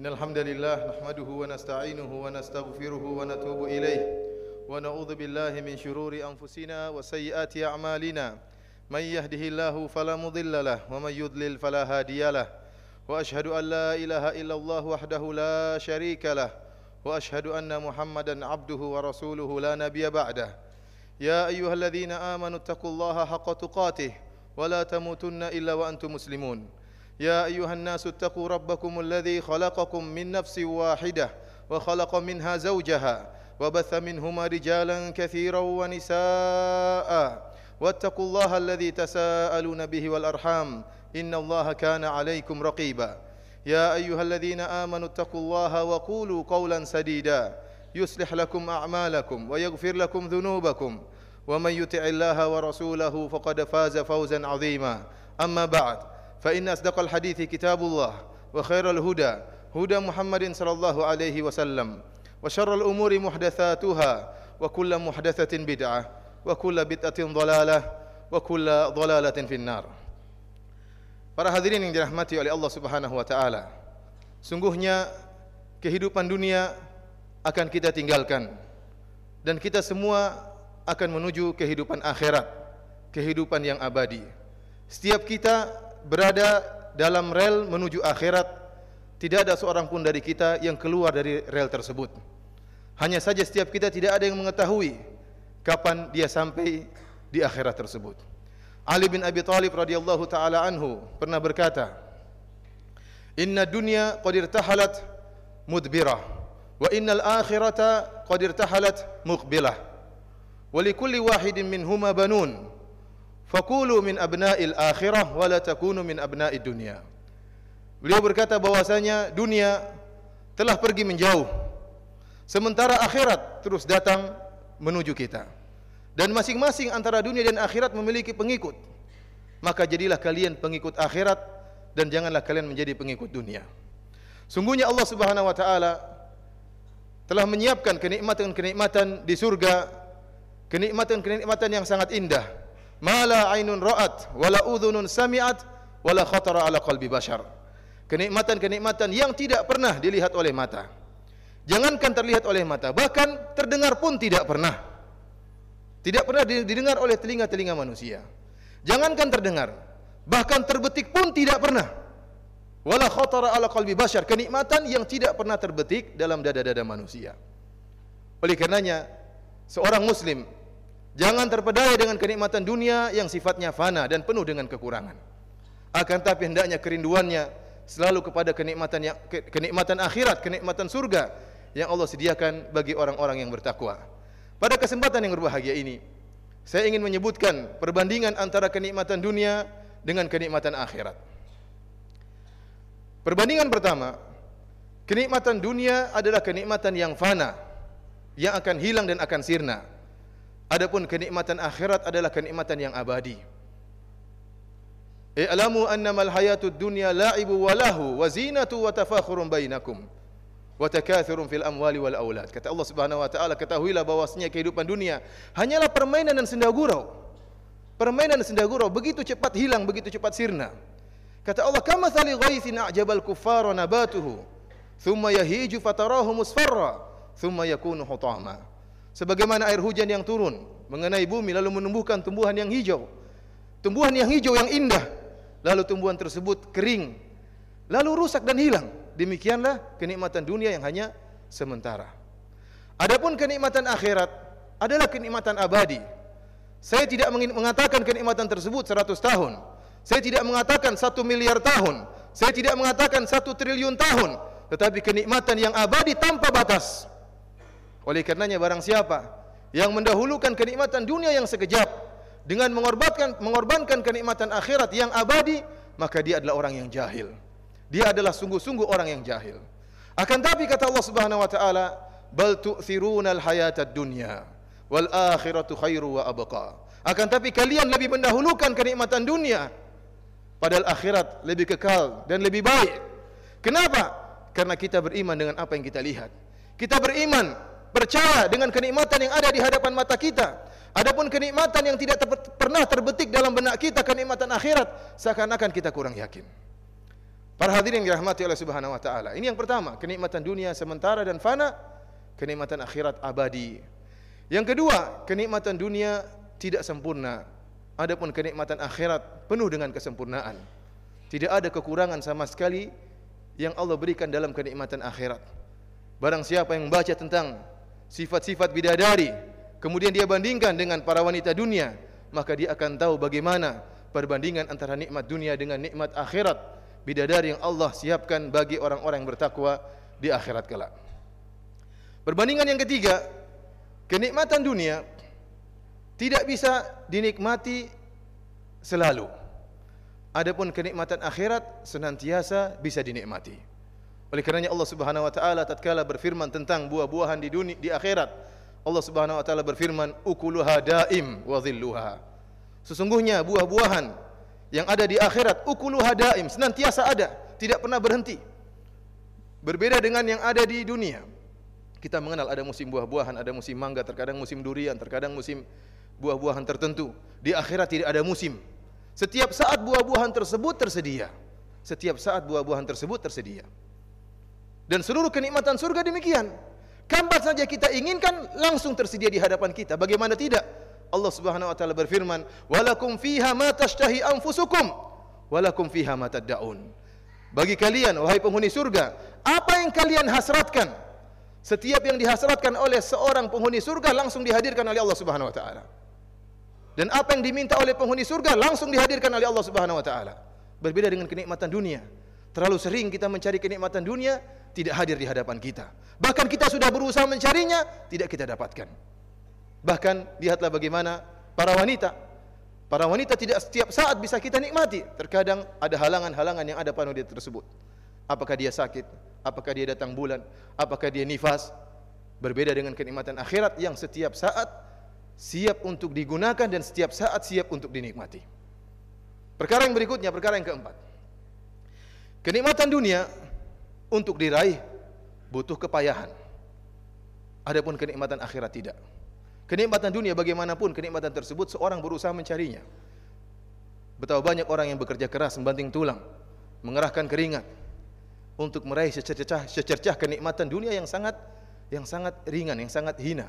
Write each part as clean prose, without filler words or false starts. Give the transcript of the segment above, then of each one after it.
Innal hamdalillah nahmaduhu wa nasta'inuhu wa nastaghfiruhu wa natubu ilayh wa na'udzu billahi min shururi anfusina wa sayyiati a'malina may yahdihillahu fala mudilla lahu wa may yudlil fala hadiyalah wa ashhadu an la ilaha illallah wahdahu la syarika lah wa ashhadu anna Muhammadan abduhu wa rasuluhu la nabiyya ba'dah. Ya ayyuhalladzina amanu taqullaha haqqa tuqatih wa la tamutunna illa wa antum muslimun. يا أيها الناس اتقوا ربكم الذي خلقكم من نفس واحدة وخلق منها زوجها وبث منهما رجالا كثيرا ونساء واتقوا الله الذي تساءلون به والأرحام إن الله كان عليكم رقيبا يا أيها الذين آمنوا اتقوا الله وقولوا قولا سديدا يصلح لكم أعمالكم ويغفر لكم ذنوبكم ومن يطع الله ورسوله فقد فاز فوزا عظيما أما بعد فإن أصدق الحديث كتاب الله وخير الهدى هدى محمد صلى الله عليه وسلم وشر الأمور محدثاتها وكل محدثة بدعة وكل بدعة ضلالة وكل ضلالة في النار. Para hadirin yang dirahmati oleh Allah Subhanahu wa taala, sungguhnya kehidupan dunia akan kita tinggalkan dan kita semua akan menuju kehidupan akhirat, kehidupan yang abadi. Setiap kita berada dalam rel menuju akhirat, tidak ada seorang pun dari kita yang keluar dari rel tersebut. Hanya saja setiap kita tidak ada yang mengetahui kapan dia sampai di akhirat tersebut. Ali bin Abi Thalib radhiyallahu taala anhu pernah berkata, "Inna dunya qad irtahalat mudbirah wa innal akhirata qad irtahalat muqbilah. Wa likulli wahidin minhuma banun. Faqulu min abna'il akhirah wa la takunu min abna'id dunya." Beliau berkata bahwasanya dunia telah pergi menjauh, sementara akhirat terus datang menuju kita. Dan masing-masing antara dunia dan akhirat memiliki pengikut. Maka jadilah kalian pengikut akhirat dan janganlah kalian menjadi pengikut dunia. Sungguhnya Allah Subhanahu wa taala telah menyiapkan kenikmatan-kenikmatan di surga, kenikmatan-kenikmatan yang sangat indah. Ma la ainun ra'at wala udhunun sami'at wala khatara ala qalbi bashar. Kenikmatan-kenikmatan yang tidak pernah dilihat oleh mata. Jangankan terlihat oleh mata, bahkan terdengar pun tidak pernah. Tidak pernah didengar oleh telinga-telinga manusia. Jangankan terdengar, bahkan terbetik pun tidak pernah. Wala khatara ala qalbi bashar, kenikmatan yang tidak pernah terbetik dalam dada-dada manusia. Oleh karenanya, seorang muslim jangan terpedaya dengan kenikmatan dunia yang sifatnya fana dan penuh dengan kekurangan. Akan tapi hendaknya kerinduannya selalu kepada kenikmatan akhirat, kenikmatan surga yang Allah sediakan bagi orang-orang yang bertakwa. Pada kesempatan yang berbahagia ini, saya ingin menyebutkan perbandingan antara kenikmatan dunia dengan kenikmatan akhirat. Perbandingan pertama, kenikmatan dunia adalah kenikmatan yang fana, yang akan hilang dan akan sirna. Adapun kenikmatan akhirat adalah kenikmatan yang abadi. I'lamu annamal hayatud dunya la'ibu wa lahu wa zinatu wa tafakhurun bainakum wa takatsurun fil amwali wal aulad. Kata Allah Subhanahu wa taala, ketahuilah bahwasanya kehidupan dunia hanyalah permainan dan senda gurau. Permainan dan senda gurau begitu cepat hilang, begitu cepat sirna. Kata Allah, kamathali ghaithin a'jabal kuffara nabatuhu thumma yahiju fatarahu musfarra thumma yakunu hutama. Sebagaimana air hujan yang turun mengenai bumi lalu menumbuhkan tumbuhan yang hijau. Tumbuhan yang hijau yang indah. Lalu tumbuhan tersebut kering, lalu rusak dan hilang. Demikianlah kenikmatan dunia yang hanya sementara. Adapun kenikmatan akhirat adalah kenikmatan abadi. Saya tidak mengatakan kenikmatan tersebut 100 tahun. Saya tidak mengatakan 1 miliar tahun. Saya tidak mengatakan 1 triliun tahun. Tetapi kenikmatan yang abadi tanpa batas. Oleh karenanya barang siapa yang mendahulukan kenikmatan dunia yang sekejap dengan mengorbankan kenikmatan akhirat yang abadi, maka dia adalah orang yang jahil. Dia adalah sungguh-sungguh orang yang jahil. Akan tapi kata Allah Subhanahu wa taala, bal tu'thirunal hayatad dunya wal akhiratu khairu wa abqa. Akan tapi kalian lebih mendahulukan kenikmatan dunia, padahal akhirat lebih kekal dan lebih baik. Kenapa? Karena kita beriman dengan apa yang kita lihat. Kita beriman, percaya dengan kenikmatan yang ada di hadapan mata kita. Adapun kenikmatan yang tidak pernah terbetik dalam benak kita, kenikmatan akhirat, seakan-akan kita kurang yakin. Para hadirin yang dirahmati oleh Subhanahu wa taala. Ini yang pertama, kenikmatan dunia sementara dan fana, kenikmatan akhirat abadi. Yang kedua, kenikmatan dunia tidak sempurna. Adapun kenikmatan akhirat penuh dengan kesempurnaan. Tidak ada kekurangan sama sekali yang Allah berikan dalam kenikmatan akhirat. Barang siapa yang membaca tentang sifat-sifat bidadari, kemudian dia bandingkan dengan para wanita dunia, maka dia akan tahu bagaimana perbandingan antara nikmat dunia dengan nikmat akhirat bidadari yang Allah siapkan bagi orang-orang yang bertakwa di akhirat kelak. Perbandingan yang ketiga, kenikmatan dunia tidak bisa dinikmati selalu. Adapun kenikmatan akhirat senantiasa bisa dinikmati. Oleh karenanya Allah Subhanahu wa taala tatkala berfirman tentang buah-buahan di dunia, di akhirat, Allah Subhanahu wa taala berfirman, ukuluha daim wa dhilluha. Sesungguhnya buah-buahan yang ada di akhirat, ukuluha daim, senantiasa ada, tidak pernah berhenti. Berbeda dengan yang ada di dunia. Kita mengenal ada musim buah-buahan, ada musim mangga, terkadang musim durian, terkadang musim buah-buahan tertentu. Di akhirat tidak ada musim. Setiap saat buah-buahan tersebut tersedia. Setiap saat buah-buahan tersebut tersedia. Dan seluruh kenikmatan surga demikian. Kapan saja kita inginkan langsung tersedia di hadapan kita. Bagaimana tidak? Allah Subhanahu wa taala berfirman, "Walakum fiha ma tashtahi anfusukum, walakum fiha ma tad'un." Bagi kalian wahai penghuni surga, apa yang kalian hasratkan? Setiap yang dihasratkan oleh seorang penghuni surga langsung dihadirkan oleh Allah Subhanahu wa taala. Dan apa yang diminta oleh penghuni surga langsung dihadirkan oleh Allah Subhanahu wa taala. Berbeda dengan kenikmatan dunia. Terlalu sering kita mencari kenikmatan dunia, tidak hadir di hadapan kita. Bahkan kita sudah berusaha mencarinya, tidak kita dapatkan. Bahkan lihatlah bagaimana para wanita. Para wanita tidak setiap saat bisa kita nikmati. Terkadang ada halangan-halangan yang ada pada dia tersebut. Apakah dia sakit? Apakah dia datang bulan? Apakah dia nifas? Berbeda dengan kenikmatan akhirat yang setiap saat siap untuk digunakan dan setiap saat siap untuk dinikmati. Perkara yang berikutnya, perkara yang keempat. Kenikmatan dunia untuk diraih butuh kepayahan. Adapun kenikmatan akhirat tidak. Kenikmatan dunia bagaimanapun kenikmatan tersebut seorang berusaha mencarinya. Betapa banyak orang yang bekerja keras membanting tulang, mengerahkan keringat untuk meraih secercah kenikmatan dunia yang sangat ringan, yang sangat hina.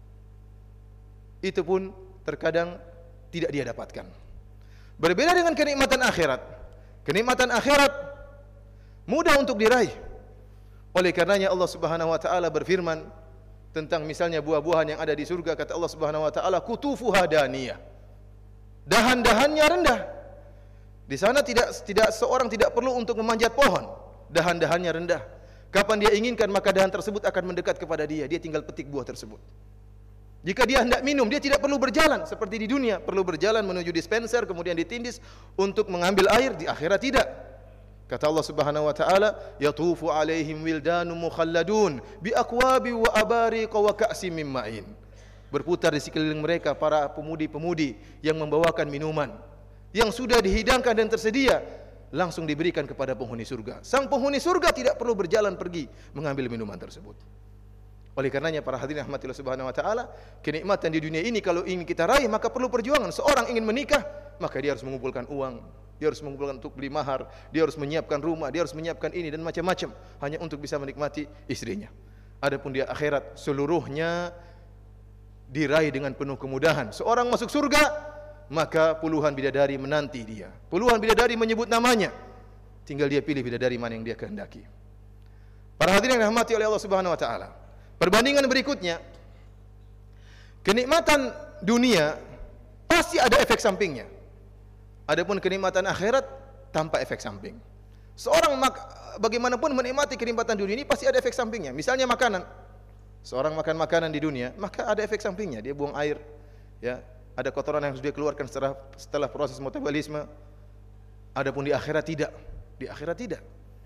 Itu pun terkadang tidak dia dapatkan. Berbeda dengan kenikmatan akhirat. Kenikmatan akhirat mudah untuk diraih. Oleh karenanya Allah Subhanahu wa taala berfirman tentang misalnya buah-buahan yang ada di surga, kata Allah Subhanahu wa taala, kutufuha daniyah. Dahan-dahannya rendah. Di sana tidak seorang tidak perlu untuk memanjat pohon. Dahan-dahannya rendah. Kapan dia inginkan maka dahan tersebut akan mendekat kepada dia. Dia tinggal petik buah tersebut. Jika dia hendak minum, dia tidak perlu berjalan seperti di dunia, perlu berjalan menuju dispenser kemudian ditindis untuk mengambil air. Di akhirat tidak. Kata Allah Subhanahu wa taala, yatufu alaihim wildanun mukhalladun bi aqwabi wa abariq wa ka'sim min ma'in. Berputar di sekeliling mereka para pemudi-pemudi yang membawakan minuman yang sudah dihidangkan dan tersedia, langsung diberikan kepada penghuni surga. Sang penghuni surga tidak perlu berjalan pergi mengambil minuman tersebut. Oleh karenanya para hadirin rahmatillah Subhanahu wa taala, kenikmatan di dunia ini kalau ingin kita raih maka perlu perjuangan. Seorang ingin menikah, maka dia harus mengumpulkan uang, dia harus mengumpulkan untuk beli mahar, dia harus menyiapkan rumah, dia harus menyiapkan ini dan macam-macam hanya untuk bisa menikmati istrinya. Adapun di akhirat seluruhnya diraih dengan penuh kemudahan. Seorang masuk surga, maka puluhan bidadari menanti dia. Puluhan bidadari menyebut namanya. Tinggal dia pilih bidadari mana yang dia kehendaki. Para hadirin yang dirahmati oleh Allah Subhanahu wa taala. Perbandingan berikutnya, kenikmatan dunia pasti ada efek sampingnya. Adapun kenikmatan akhirat tanpa efek samping. Seorang bagaimanapun menikmati kenikmatan dunia ini pasti ada efek sampingnya. Misalnya makanan. Seorang makan makanan di dunia, maka ada efek sampingnya. Dia buang air, ya, ada kotoran yang harus dia keluarkan setelah proses metabolisme. Adapun di akhirat tidak. Di akhirat tidak.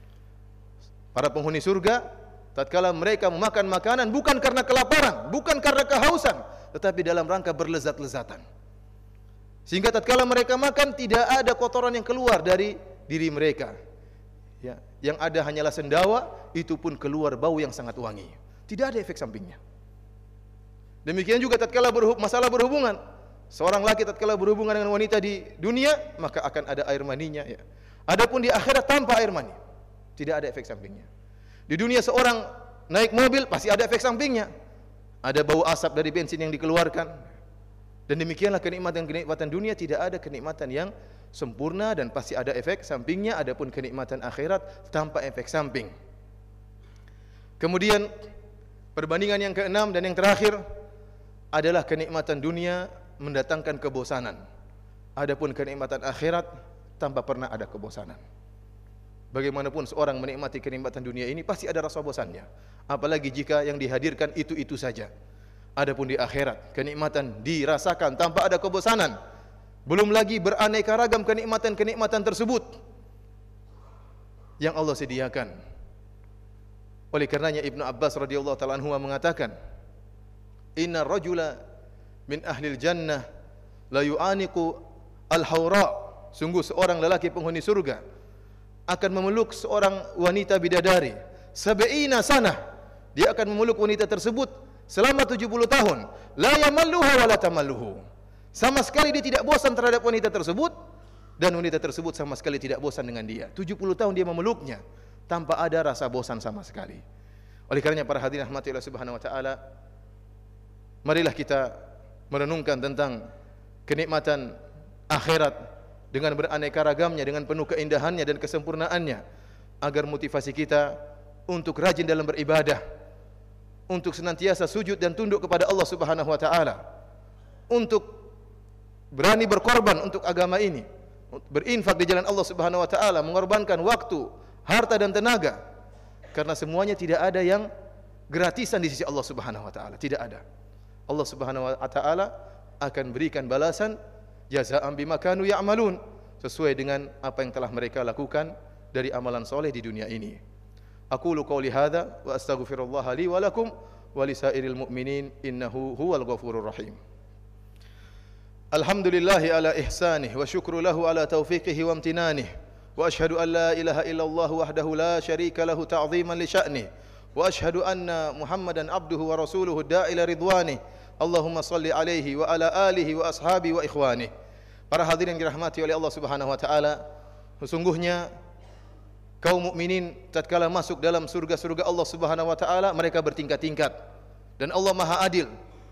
Para penghuni surga tatkala mereka memakan makanan bukan karena kelaparan, bukan karena kehausan, tetapi dalam rangka berlezat-lezatan. Sehingga tatkala mereka makan tidak ada kotoran yang keluar dari diri mereka. Ya, yang ada hanyalah sendawa, itu pun keluar bau yang sangat wangi. Tidak ada efek sampingnya. Demikian juga tatkala masalah berhubungan. Seorang laki tatkala berhubungan dengan wanita di dunia, maka akan ada air maninya, ya. Adapun di akhirat tanpa air mani. Tidak ada efek sampingnya. Di dunia seorang naik mobil pasti ada efek sampingnya. Ada bau asap dari bensin yang dikeluarkan. Dan demikianlah kenikmatan dunia, tidak ada kenikmatan yang sempurna dan pasti ada efek sampingnya. Adapun kenikmatan akhirat tanpa efek samping. Kemudian perbandingan yang keenam dan yang terakhir adalah kenikmatan dunia mendatangkan kebosanan. Adapun kenikmatan akhirat tanpa pernah ada kebosanan. Bagaimanapun seorang menikmati kenikmatan dunia ini pasti ada rasa bosannya. Apalagi jika yang dihadirkan itu saja. Adapun di akhirat kenikmatan dirasakan tanpa ada kebosanan. Belum lagi beraneka ragam kenikmatan-kenikmatan tersebut yang Allah sediakan. Oleh karenanya Ibnu Abbas radhiyallahu taala anhu mengatakan, "Inna rajula min ahlil jannah la yu'aniqu al-hawra." Sungguh seorang lelaki penghuni surga akan memeluk seorang wanita bidadari 70 sanah. Dia akan memeluk wanita tersebut selama 70 tahun. La yamalluha wa la tamalluhu. Sama sekali dia tidak bosan terhadap wanita tersebut dan wanita tersebut sama sekali tidak bosan dengan dia. 70 tahun dia memeluknya tanpa ada rasa bosan sama sekali. Oleh karenanya para hadirin rahmati Allah Subhanahu wa taala, marilah kita merenungkan tentang kenikmatan akhirat dengan beraneka ragamnya, dengan penuh keindahannya dan kesempurnaannya, agar motivasi kita untuk rajin dalam beribadah, untuk senantiasa sujud dan tunduk kepada Allah Subhanahu wa taala, untuk berani berkorban untuk agama ini, berinfak di jalan Allah Subhanahu wa taala, mengorbankan waktu, harta dan tenaga, karena semuanya tidak ada yang gratisan di sisi Allah Subhanahu wa taala, tidak ada. Allah Subhanahu wa taala akan berikan balasan jazaa'an bima kanu ya'malun, sesuai dengan apa yang telah mereka lakukan dari amalan soleh di dunia ini. Aqulu qouli hadza wa astaghfirullah li wa lakum wa lisairil mu'minin innahu huwal ghafurur rahim. Alhamdulillahi ala ihsanih wa syukru lahu ala taufiqihi wa amtinanih wa ashhadu an la ilaha illallah wahdahu la syarika lahu ta'ziman li sya'nih wa ashhadu anna Muhammadan abduhu wa rasuluhu da'ila ridwanih. Allahumma salli alaihi wa ala alihi wa ashabi wa ikhwanih. Para hadirin yang dirahmati oleh Allah Subhanahu wa taala, sesungguhnya kaum mukminin tatkala masuk dalam surga-surga Allah Subhanahu wa taala, mereka bertingkat-tingkat dan Allah Maha adil.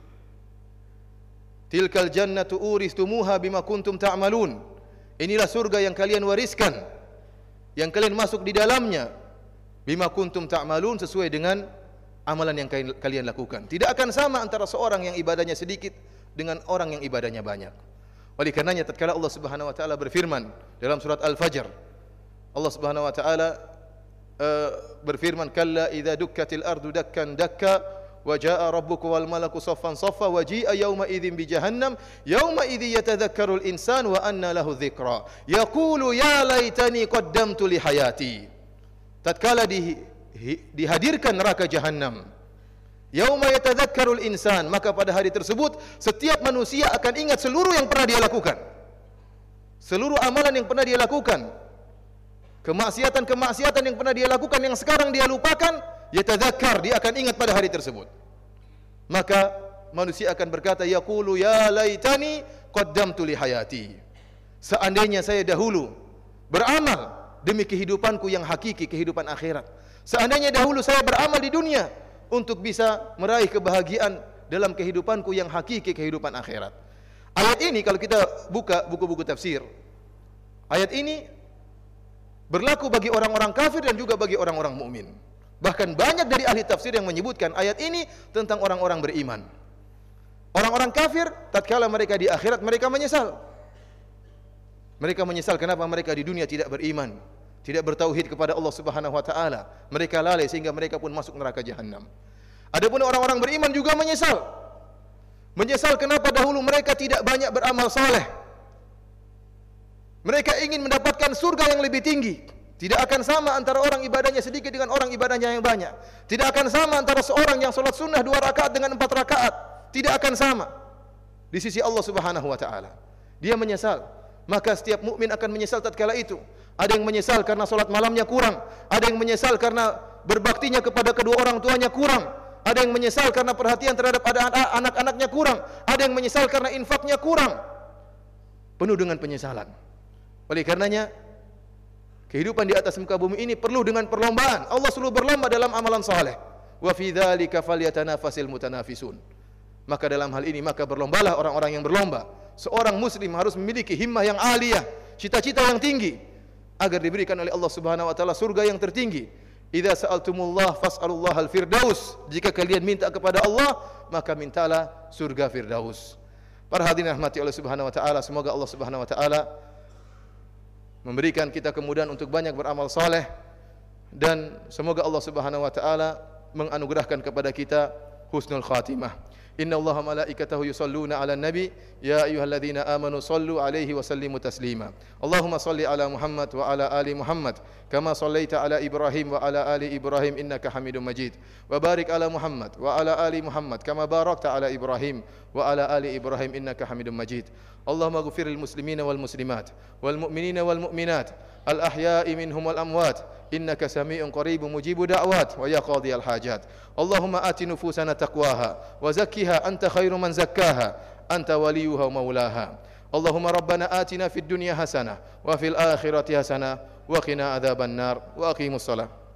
Tilkal jannatu uristumuha bima kuntum ta'malun. Inilah surga yang kalian wariskan, yang kalian masuk di dalamnya, bima kuntum ta'malun, sesuai dengan amalan yang kalian lakukan. Tidak akan sama antara seorang yang ibadahnya sedikit dengan orang yang ibadahnya banyak. Oleh karenanya tatkala Allah Subhanahu wa taala berfirman dalam surat Al-Fajr, Allah Subhanahu wa taala berfirman, "Kalla idza dukkatil ardu dakkan dakka wa jaa rabbuka wal malaku saffan saffa wa ji'a yawma idzin bi jahannam yawma idzi yatadhakkarul insanu wa anna lahu dzikra yaqulu ya laitani qaddamtu li hayati." Tatkala dihadirkan neraka jahanam, yauma yatadzakkarul insan, maka pada hari tersebut setiap manusia akan ingat seluruh yang pernah dia lakukan, seluruh amalan yang pernah dia lakukan, kemaksiatan yang pernah dia lakukan yang sekarang dia lupakan. Yatadzakkar, dia akan ingat pada hari tersebut. Maka manusia akan berkata, yaqulu ya laitani qaddamtu li hayati. Seandainya saya dahulu beramal demi kehidupanku yang hakiki, kehidupan akhirat. Seandainya dahulu saya beramal di dunia untuk bisa meraih kebahagiaan dalam kehidupanku yang hakiki, kehidupan akhirat. Ayat ini kalau kita buka buku-buku tafsir, ayat ini berlaku bagi orang-orang kafir dan juga bagi orang-orang mukmin. Bahkan banyak dari ahli tafsir yang menyebutkan ayat ini tentang orang-orang beriman. Orang-orang kafir tatkala mereka di akhirat mereka menyesal. Mereka menyesal kenapa mereka di dunia tidak beriman, tidak bertauhid kepada Allah Subhanahu wa taala. Mereka lalai sehingga mereka pun masuk neraka jahanam. Adapun orang-orang beriman juga menyesal. Menyesal kenapa dahulu mereka tidak banyak beramal saleh. Mereka ingin mendapatkan surga yang lebih tinggi. Tidak akan sama antara orang ibadahnya sedikit dengan orang ibadahnya yang banyak. Tidak akan sama antara seorang yang salat sunnah 2 rakaat dengan 4 rakaat. Tidak akan sama di sisi Allah Subhanahu wa taala. Dia menyesal. Maka setiap mukmin akan menyesal tatkala itu. Ada yang menyesal karena salat malamnya kurang, ada yang menyesal karena berbaktinya kepada kedua orang tuanya kurang, ada yang menyesal karena perhatian terhadap anak-anaknya kurang, ada yang menyesal karena infaknya kurang. Penuh dengan penyesalan. Oleh karenanya Kehidupan di atas muka bumi ini perlu dengan perlombaan. Allah selalu berlomba dalam amalan saleh. Wa fi dzalika falyatanafasil mutanafisun. Maka dalam hal ini maka berlombalah orang-orang yang berlomba. Seorang muslim harus memiliki himmah yang aliyah, cita-cita yang tinggi agar diberikan oleh Allah Subhanahu wa taala surga yang tertinggi. Idza sa'altumullah fas'alullahal firdaus. Jika kalian minta kepada Allah, maka mintalah surga firdaus. Para hadirin rahmati oleh Subhanahu wa taala, semoga Allah Subhanahu wa taala memberikan kita kemudahan untuk banyak beramal saleh, dan semoga Allah Subhanahu wa taala menganugerahkan kepada kita husnul khatimah. Inna Allaha malaikatahu yusalluna 'alan nabi ya ayyuhalladzina amanu sallu 'alaihi wa sallimu taslima. Allahumma salli 'ala Muhammad wa 'ala ali Muhammad kama sallaita 'ala Ibrahim wa 'ala ali Ibrahim innaka Hamidum Majid. Wa barik 'ala Muhammad wa 'ala ali Muhammad kama barakta 'ala Ibrahim wa 'ala ali Ibrahim innaka Hamidum Majid. Allahumma ighfir lil muslimina wal muslimat wal mu'minina wal mu'minat al ahya'i minhum wal amwat innaka sami'un qaribun mujibud da'wat wa ya qadhiyal hajat. Allahumma ati nufusana taqwaha wa zakkiha anta khairu man zakkaha anta waliyuha wa maulaha. Allahumma rabbana atina fid dunya hasanah wa fil akhirati hasanah wa qina adzaban nar wa aqimus shalah.